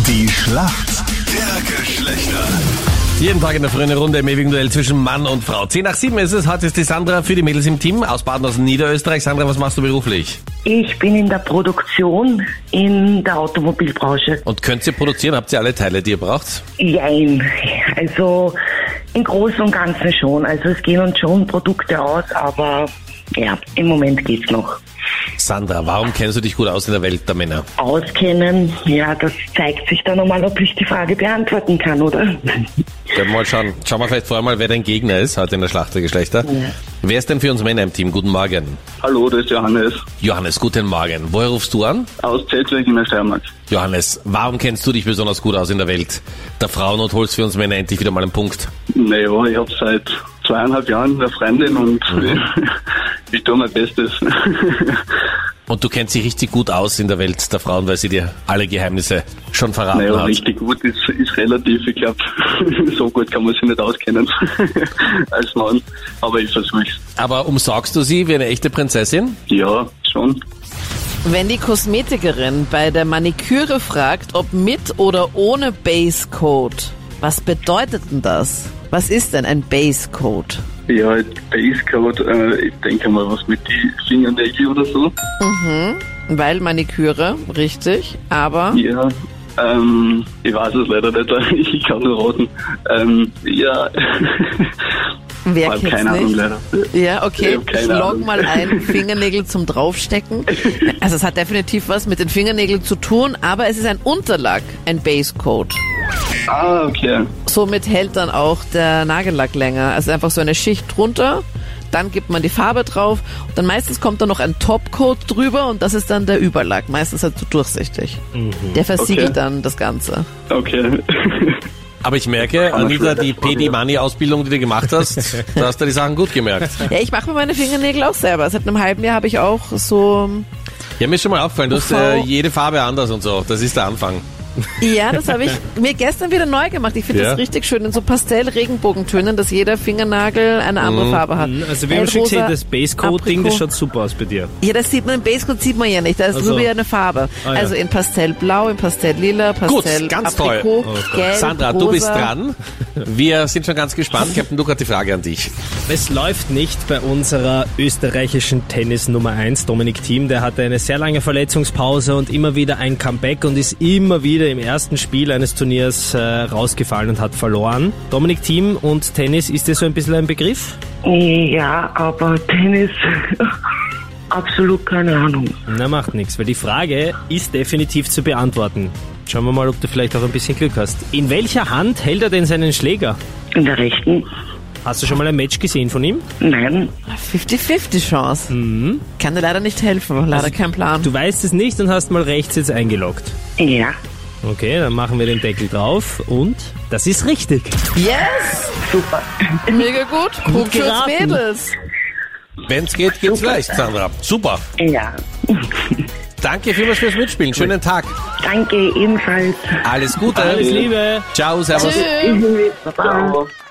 Die Schlacht der Geschlechter. Jeden Tag in der frühen Runde im ewigen Duell zwischen Mann und Frau. 6:10 ist es. Heute ist die Sandra für die Mädels im Team aus Baden aus Niederösterreich. Sandra, was machst du beruflich? Ich bin in der Produktion in der Automobilbranche. Und könnt ihr produzieren? Habt ihr alle Teile, die ihr braucht? Jein. Also im Großen und Ganzen schon. Also es gehen uns schon Produkte aus, aber ja, im Moment geht's noch. Sandra, warum kennst du dich gut aus in der Welt der Männer? Auskennen, ja, das zeigt sich dann nochmal, ob ich die Frage beantworten kann, oder? Ja, mal schauen. Schauen wir vielleicht vorher mal, wer dein Gegner ist heute in der Schlacht der Geschlechter. Ja. Wer ist denn für uns Männer im Team? Guten Morgen. Hallo, das ist Johannes. Johannes, guten Morgen. Woher rufst du an? Aus Zeltweg in der Steiermark. Johannes, warum kennst du dich besonders gut aus in der Welt der Frauen und holst für uns Männer endlich wieder mal einen Punkt? Naja, ich habe seit 2,5 Jahren eine Freundin und ich tue mein Bestes. Und du kennst dich richtig gut aus in der Welt der Frauen, weil sie dir alle Geheimnisse schon verraten hat. Richtig gut ist relativ. Ich glaube, so gut kann man sich nicht auskennen als Mann, aber ich versuch's. Aber umsorgst du sie wie eine echte Prinzessin? Ja, schon. Wenn die Kosmetikerin bei der Maniküre fragt, ob mit oder ohne Basecoat, was bedeutet denn das? Was ist denn ein Basecoat? Ja, Basecoat, ich denke mal was mit die Fingernägel oder so. Weil Maniküre, richtig, aber... Ja, ich weiß es leider nicht, ich kann nur raten. Ja... Wer kennt's keine Ahnung, nicht? leider. Ja, okay. Ich log Ahnung. mal ein, Fingernägel zum Draufstecken. Also es hat definitiv was mit den Fingernägeln zu tun, aber es ist ein Unterlack, ein Basecoat. Ah, okay. Somit hält dann auch der Nagellack länger. Also einfach so eine Schicht drunter, dann gibt man die Farbe drauf und dann meistens kommt da noch ein Topcoat drüber und das ist dann der Überlack. Meistens halt so durchsichtig. Der versiegelt dann das Ganze. Okay. Aber ich merke, Anita, die PD-Money-Ausbildung, die du gemacht hast, da hast du die Sachen gut gemerkt. Ja, ich mache mir meine Fingernägel auch selber. Seit einem halben Jahr habe ich auch so... Ja, mir ist schon mal aufgefallen, du hast jede Farbe anders und so. Das ist der Anfang. Ja, das habe ich mir gestern wieder neu gemacht. Ich finde das richtig schön in so Pastell-Regenbogentönen, dass jeder Fingernagel eine andere Farbe hat. Also wir haben schon gesehen, das Basecoat-Ding, das schaut super aus bei dir. Ja, das sieht man, im Basecoat sieht man ja nicht, da ist nur wieder eine Farbe. Ah, ja. Also in Pastellblau, in Pastelllila, Pastell Gut, ganz Aprikot, toll. Gelb, Sandra, rosa. du bist dran. Wir sind schon ganz gespannt. Captain Luke hat die Frage an dich. Es läuft nicht bei unserer österreichischen Tennis Nummer 1, Dominik Thiem. Der hatte eine sehr lange Verletzungspause und immer wieder ein Comeback und ist immer wieder im ersten Spiel eines Turniers rausgefallen und hat verloren. Dominik Thiem und Tennis, ist dir so ein bisschen ein Begriff? Ja, aber Tennis, absolut keine Ahnung. Na, macht nichts, weil die Frage ist definitiv zu beantworten. Schauen wir mal, ob du vielleicht auch ein bisschen Glück hast. In welcher Hand hält er denn seinen Schläger? In der rechten? Hast du schon mal ein Match gesehen von ihm? Nein. 50-50 Chance. Kann dir leider nicht helfen, leider kein Plan. Du weißt es nicht und hast mal rechts jetzt eingeloggt. Ja. Okay, dann machen wir den Deckel drauf und das ist richtig. Yes! Super. Mega gut. Punkt für uns geraten. Mädels. Wenn's geht, geht's leicht, Sandra. Super. Ja. Danke vielmals fürs Mitspielen. Schönen Tag. Danke, ebenfalls. Alles Gute. Alles Liebe. Ciao, servus. Tschüss. Baba.